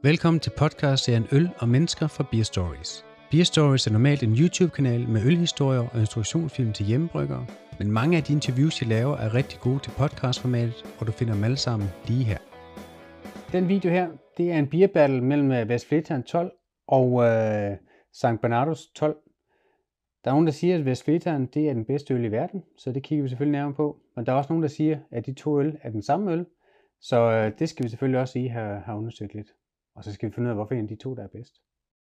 Velkommen til podcastserien Øl og Mennesker fra Beer Stories. Beer Stories er normalt en YouTube-kanal med ølhistorier og instruktionsfilm til hjemmebryggere, men mange af de interviews, jeg laver, er rigtig gode til podcastformatet, og du finder dem alle sammen lige her. Den video her, det er en beer battle mellem Westfleteren 12 og St. Bernardos 12. Der er nogen, der siger, at Westfleteren det er den bedste øl i verden, så det kigger vi selvfølgelig nærmere på. Men der er også nogen, der siger, at de to øl er den samme øl, så det skal vi selvfølgelig også lige have undersøgt lidt. Og så skal vi finde ud af, hvorfor en af de to, der er bedst.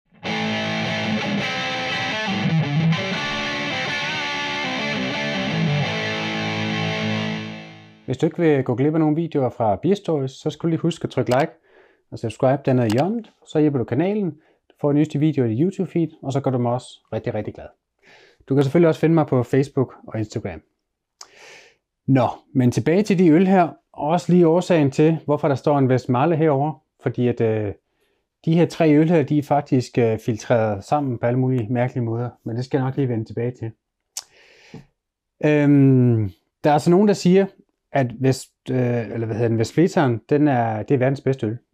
Hvis du ikke vil gå glip af nogle videoer fra Beer Stories, så skal du lige huske at trykke like og subscribe dernede i hjørnet. Så hjælper du kanalen, du får nyeste videoer i YouTube-feed, og så gør du mig også rigtig, rigtig glad. Du kan selvfølgelig også finde mig på Facebook og Instagram. Nå, men tilbage til de øl her, og også lige årsagen til, hvorfor der står en Westmalle herovre. Fordi at de her tre øl her, de er faktisk filtreret sammen på alle mulige mærkelige måder. Men det skal jeg nok lige vende tilbage til. Der er altså nogen, der siger, at Westfleteren, det er verdens bedste øl.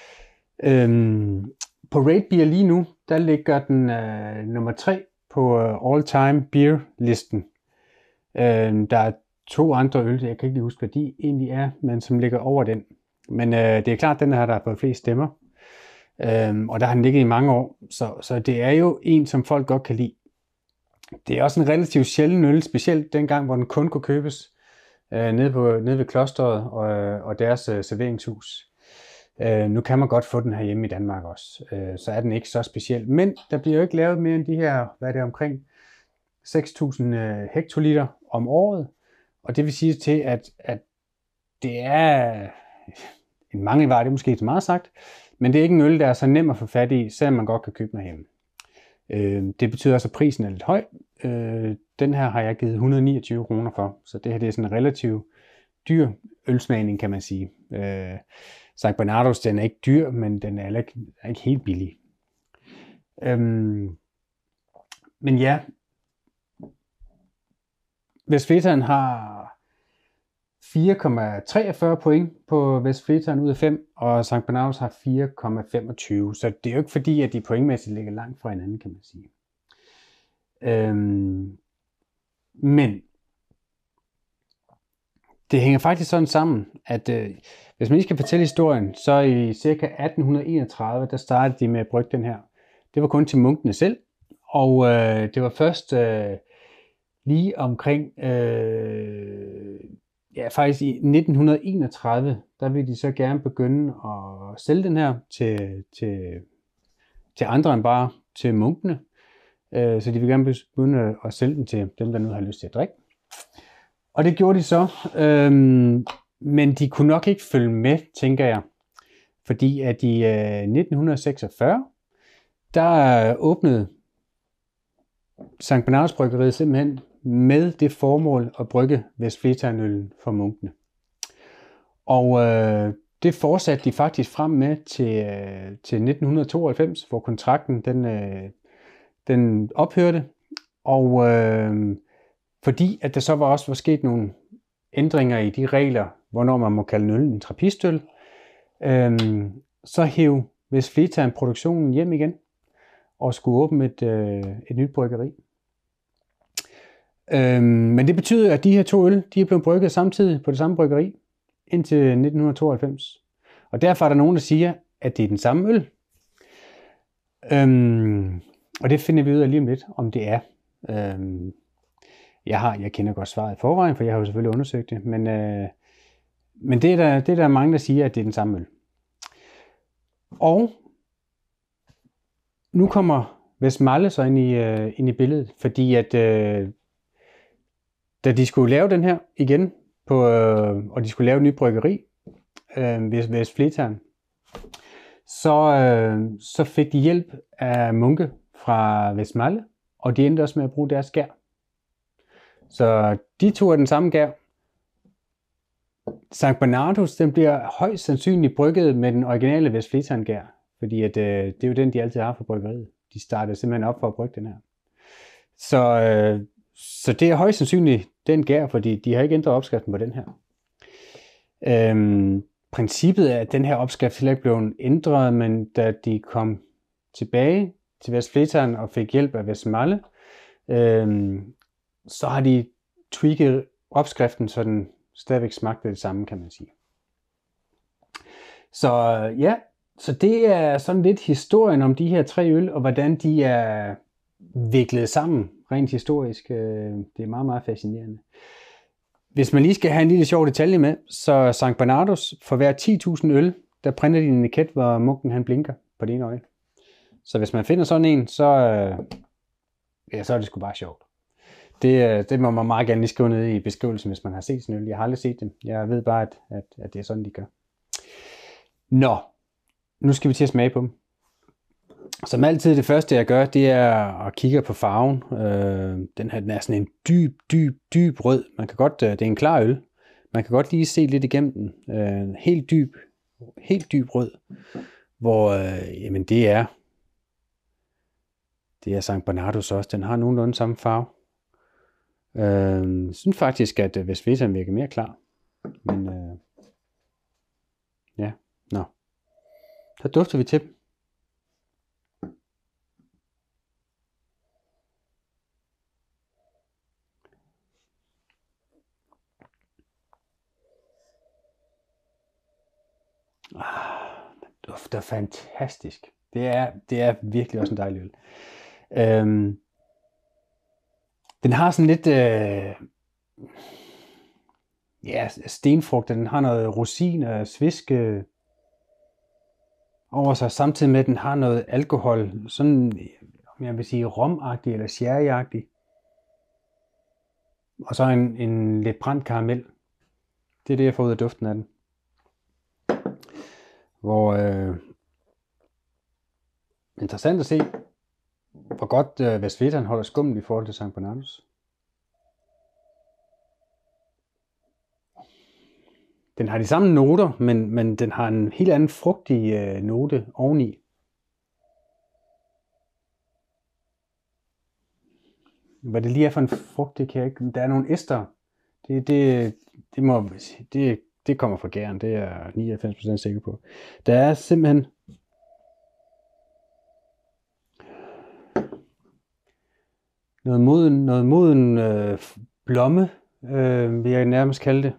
På Rate Beer lige nu, der ligger den nummer 3 på all-time beer-listen. Der er to andre øl, jeg kan ikke lige huske, hvad de egentlig er, men som ligger over den. Men det er klart, at den her, der har fået flest stemmer. Og der har den ligget i mange år. Så det er jo en, som folk godt kan lide. Det er også en relativt sjælden øl, specielt dengang, hvor den kun kunne købes nede ved klosteret og deres serveringshus. Nu kan man godt få den her hjemme i Danmark også. Så er den ikke så speciel. Men der bliver jo ikke lavet mere end de her, hvad er det, omkring 6.000 hektoliter om året. Og det vil sige til, at det er en mangelvare, det er måske ikke så meget sagt, men det er ikke en øl, der er så nem at få fat i, selvom man godt kan købe den hjemme. Det betyder også, at prisen er lidt høj. Den her har jeg givet 129 kroner for, så det her det er sådan en relativt dyr ølsmagning, kan man sige. St. Bernardos, den er ikke dyr, men den er ikke helt billig. Men ja, Westfleteren har 4,43 point på Westfleteren ud af 5, og St. Bernardos har 4,25, så det er jo ikke fordi, at de pointmæssigt ligger langt fra hinanden, kan man sige. Men det hænger faktisk sådan sammen, at hvis man lige skal fortælle historien, så i ca. 1831, der startede de med at brygge den her. Det var kun til munkene selv, og det var først lige omkring, faktisk i 1931, der ville de så gerne begynde at sælge den her til andre end bare til munkene. Så de vil gerne begynde at sælge den til dem, der nu har lyst til at drikke. Og det gjorde de så, men de kunne nok ikke følge med, tænker jeg. Fordi at i 1946, der åbnede St. Bernardos bryggeriet simpelthen med det formål at brygge Westfleteren-øllen for munkene. Og det fortsatte de faktisk frem med til 1992, hvor kontrakten den ophørte. Og fordi at der så var sket nogle ændringer i de regler, hvornår man må kalde en øl en trappistøl, så hæv Westfleteren produktionen hjem igen og skulle åbne et nyt bryggeri. Men det betyder, at de her to øl, de er blevet brygget samtidig på det samme bryggeri indtil 1992. Og derfor er der nogen, der siger, at det er den samme øl. Og det finder vi ud af lige om lidt, om det er. Jeg kender godt svaret i forvejen, for jeg har jo selvfølgelig undersøgt det. Men det er der mange, der siger, at det er den samme øl. Og nu kommer Westmalle så ind i billedet, fordi at da de skulle lave den her igen, og de skulle lave et nyt bryggeri ved Westfleteren, så fik de hjælp af munke fra Westmalle, og de endte også med at bruge deres gær. Så de to er den samme gær. St. Bernardos, den bliver højst sandsynligt brygget med den originale Westfleteren gær, fordi at, det er jo den, de altid har for bryggeriet. De startede simpelthen op for at brygge den her. Så det er højst sandsynligt den gær, fordi de har ikke ændret opskriften på den her. princippet er, at den her opskrift heller ikke blev ændret, men da de kom tilbage til Westfleteren og fik hjælp af Westmalle, så har de tweaked opskriften, så den stadigvæk smagte det samme, kan man sige. Så ja, så det er sådan lidt historien om de her 3 øl, og hvordan de er viklet sammen, rent historisk. Det er meget, meget fascinerende. Hvis man lige skal have en lille sjov detalje med, så St. Bernardus, for hver 10.000 øl, der printer de en etiket, hvor munken han blinker på det ene øje. Så hvis man finder sådan en, så er det sgu bare sjovt. Det må man meget gerne lige skrive ned i beskrivelsen, hvis man har set sådan en øl. Jeg har aldrig set dem. Jeg ved bare, at det er sådan, de gør. Nå, nu skal vi til at smage på dem. Som altid, det første jeg gør, det er at kigge på farven. Den her, den er sådan en dyb rød. Man kan godt, det er en klar øl. Man kan godt lige se lidt igennem den. Helt dyb rød. Hvor, jamen det er St. Bernardus også. Den har nogenlunde samme farve. Jeg synes faktisk, at Westfleteren virker mere klar. Men ja, nå. Så dufter vi til dem. Den dufter fantastisk. Det er virkelig også en dejlig øl. Den har sådan lidt stenfrugt. Den har noget rosin og sviske over sig, samtidig med at den har noget alkohol, sådan, jeg vil sige, romagtig eller sherryagtig. Og så en lidt brændt karamel. Det er det, jeg får ud af duften af den. Hvor interessant at se, hvor godt Westfleteren holder skummen i forhold til St. Bernardus. Den har de samme noter, men den har en helt anden frugtig note oveni. Hvad det lige er for en frugt, det kan jeg ikke. Der er nogle ester. Det kommer fra gæren, det er 99% sikker på. Der er simpelthen noget moden blomme, vil jeg nærmest kalde det.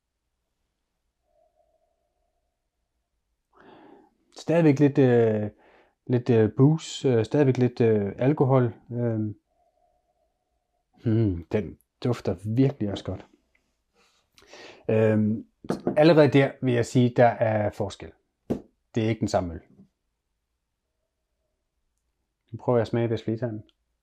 Stadigvæk lidt booze, stadigvæk lidt alkohol. Den dufter virkelig også godt. Allerede der vil jeg sige, der er forskel. Det er ikke den samme øl. Nu prøver jeg at smage Westfleteren.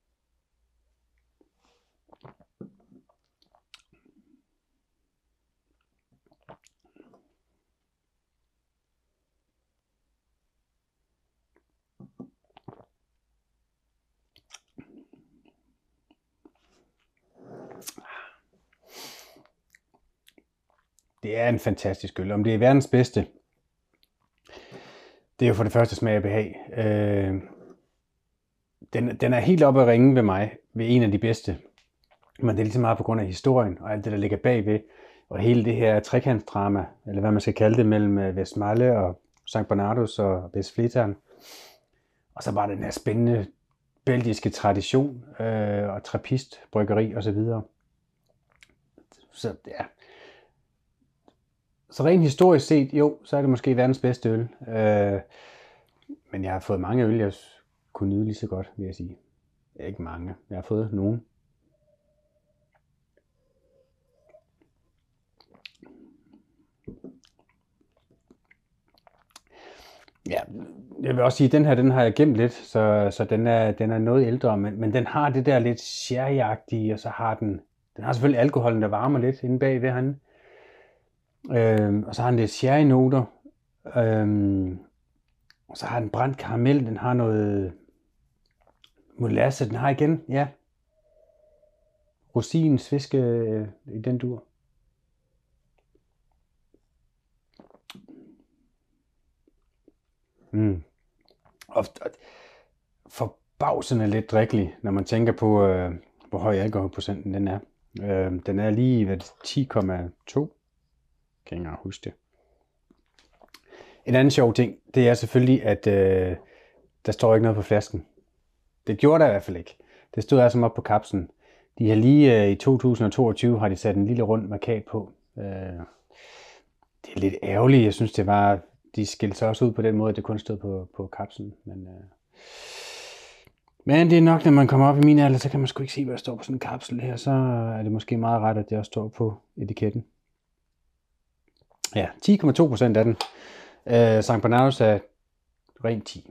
Det er en fantastisk øl. Om det er verdens bedste, det er jo for det første smag og behag. Den er helt oppe at ringe ved mig, ved en af de bedste. Men det er lige så meget på grund af historien, og alt det, der ligger bagved. Og hele det her trekantsdrama, eller hvad man skal kalde det, mellem Westmalle og St. Bernardus og Westfleteren. Og så var den her spændende belgiske tradition, og trappistbryggeri osv. Så ja. Så rent historisk set, jo, så er det måske verdens bedste øl. Men jeg har fået mange øl, jeg kunne nyde lige så godt, vil jeg sige. Ikke mange, jeg har fået nogen. Ja, jeg vil også sige, at den har jeg gemt lidt, så den er noget ældre, men den har det der lidt sherryagtige, og så har den har selvfølgelig alkoholen, der varmer lidt inde bagved han. Og så har den lidt sherry-noter, og så har den brændt karamel, den har noget molasse, den har igen, ja, rosin, sviske i den dur. Og forbavsende lidt drikkelig, når man tænker på, hvor høj alkoholprocenten den er. Den er lige ved 10,2. Kan ikke engang huske det. En anden sjov ting, det er selvfølgelig, at der står ikke noget på flasken. Det gjorde der i hvert fald ikke. Det stod altså op på kapslen. De har lige i 2022 har de sat en lille rund markat på. Det er lidt ærgerligt. Jeg synes, det var, de skilte sig også ud på den måde, at det kun stod på kapslen. Men det er nok, når man kommer op i min alder, så kan man sgu ikke se, hvad der står på sådan en kapsel her. Så er det måske meget ret, at det også står på etiketten. Ja, 10,2% af den. St. Bernardus er rent 10.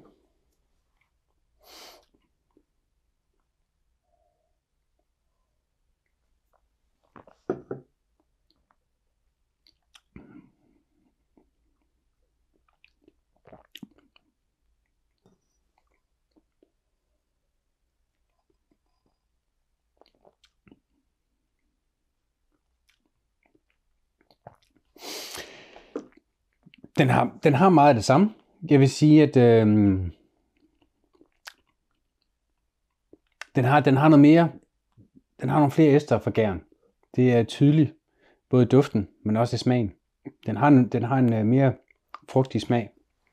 Den har meget af det samme. Jeg vil sige, at den har noget mere. Den har nogle flere ester fra gæren. Det er tydeligt, både i duften, men også i smagen. Den har en mere frugtig smag.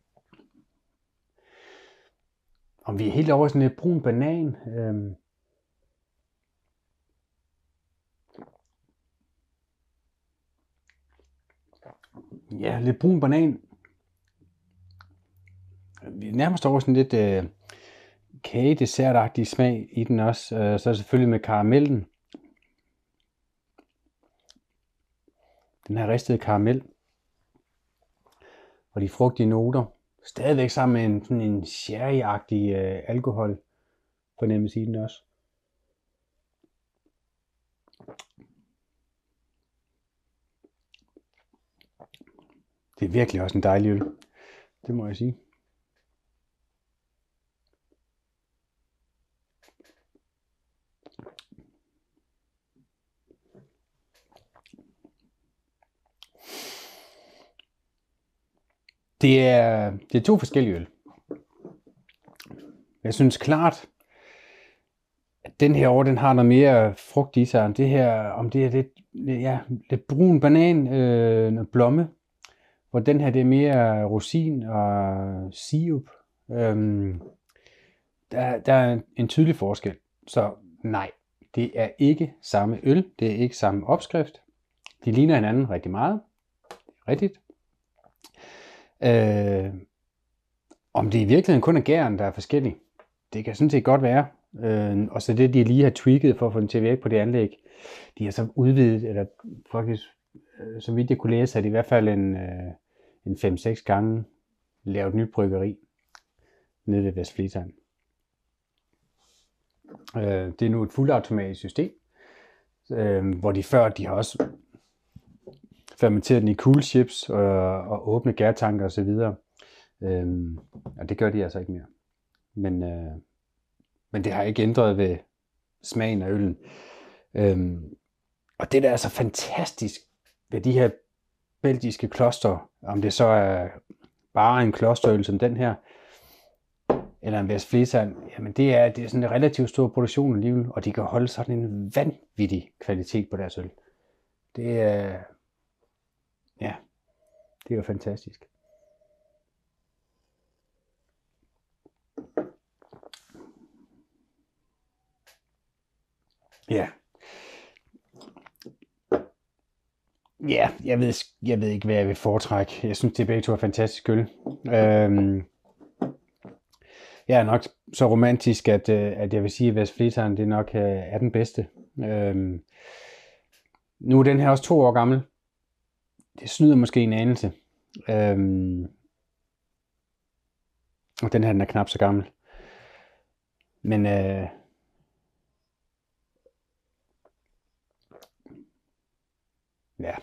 Om vi er helt over i sådan lidt brun banan. Ja, lidt brun banan. Vi er nærmest over sådan lidt kagedessertagtig smag i den også. Så selvfølgelig med karamellen. Den her ristede karamel. Og de frugtige noter. Stadigvæk sammen med sådan en sherry-agtig alkohol fornemmelse i den også. Det er virkelig også en dejlig øl. Det må jeg sige. Det er to forskellige øl. Jeg synes klart, at den her år, den har noget mere frugt i sig. Det her, om det er lidt brun banan, noget blomme. Hvor den her, det er mere rosin og sirup. Der er en tydelig forskel. Så nej, det er ikke samme øl. Det er ikke samme opskrift. De ligner hinanden rigtig meget. Rigtigt. Om det i virkeligheden kun er gæren, der er forskellig. Det kan sådan set godt være. Og så det, de lige har tweaked for at få den til at virke på det anlæg. De har så udvidet, eller faktisk, så vidt jeg kunne læse, at i hvert fald en 5-6 gange lavet nyt bryggeri nede ved Vestfliseren. Det er nu et fuldautomatisk system, hvor de har også fermenteret den i cool chips og åbne gærtanker og så videre. Og det gør de altså ikke mere. Men det har ikke ændret ved smagen af øllen. Og det der er så fantastisk ved de her belgiske kloster, om det så er bare en klosterøl som den her, eller en Vestfliseren, jamen det er sådan en relativt stor produktion alligevel, og de kan holde sådan en vanvittig kvalitet på deres øl. Det er jo fantastisk. Ja. Ja, jeg ved ikke, hvad jeg vil foretrække. Jeg synes, det begge to er fantastisk øl. Jeg er nok så romantisk, at jeg vil sige, at Vestfliseren det nok er den bedste. Nu er den her også 2 år gammel. Det snyder måske en anelse. Og den her den er knap så gammel. Men ja.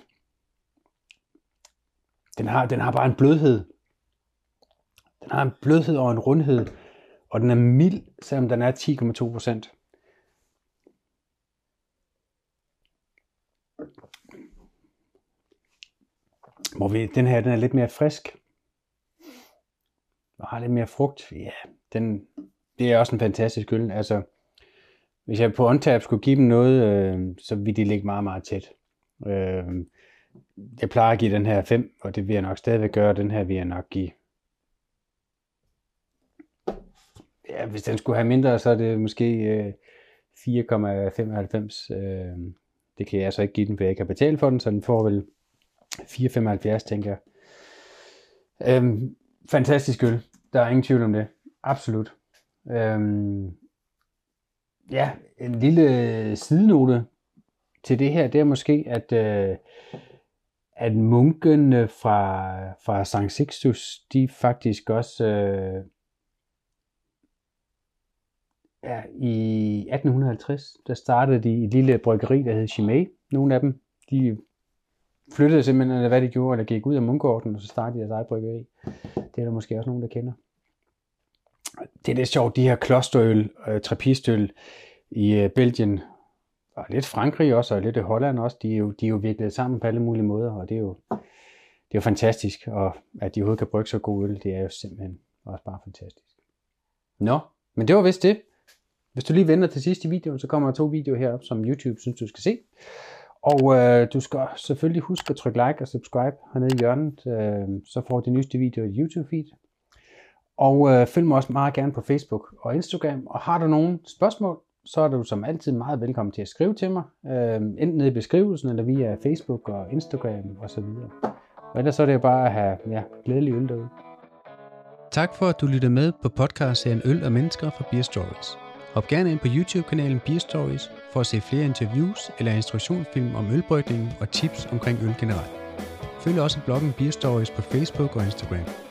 Den har bare en blødhed. Den har en blødhed og en rundhed. Og den er mild, selvom den er 10,2%. Den her den er lidt mere frisk. Og har lidt mere frugt. Ja, det er også en fantastisk øl. Altså, hvis jeg på OnTap skulle give dem noget, så ville de ligge meget, meget tæt. jeg plejer at give den her 5, og det vil jeg nok stadigvæk gøre. Den her vil jeg nok give... Ja, hvis den skulle have mindre, så er det måske 4,95. Det kan jeg så ikke give den, for jeg ikke har betalt for den, så den får vel 4,75, tænker jeg. Fantastisk øl. Der er ingen tvivl om det. Absolut. Ja, en lille sidenote til det her, det er måske, at munkene fra Sankt Sixtus, de faktisk også i 1850, der startede de et lille bryggeri, der hed Chimay. Nogle af dem, de flyttede simpelthen, eller hvad de gjorde, eller gik ud af munkeordenen, og så startede de deres eget bryggeri. Det er der måske også nogen, der kender. Det er lidt sjovt, de her klosterøl, trappistøl i Belgien, og lidt Frankrig også, og lidt i Holland også, de er jo viklet sammen på alle mulige måder, og det er jo fantastisk, og at de overhovedet kan brygge så god øl, det er jo simpelthen også bare fantastisk. Nå, men det var vist det. Hvis du lige venter til sidst i videoen, så kommer der 2 videoer herop, som YouTube synes, du skal se. Og du skal selvfølgelig huske at trykke like og subscribe hernede i hjørnet, så får du de nyeste videoer i YouTube-feed. Og følg mig også meget gerne på Facebook og Instagram. Og har du nogle spørgsmål, så er du som altid meget velkommen til at skrive til mig. Enten nede i beskrivelsen, eller via Facebook og Instagram osv. Og ellers så er det jo bare at have glædelig øl derude. Tak for at du lyttede med på podcastserien Øl og Mennesker fra Beer Stories. Hop gerne ind på YouTube-kanalen Beer Stories for at se flere interviews eller instruktionsfilm om ølbrygning og tips omkring øl generelt. Følg også bloggen Beer Stories på Facebook og Instagram.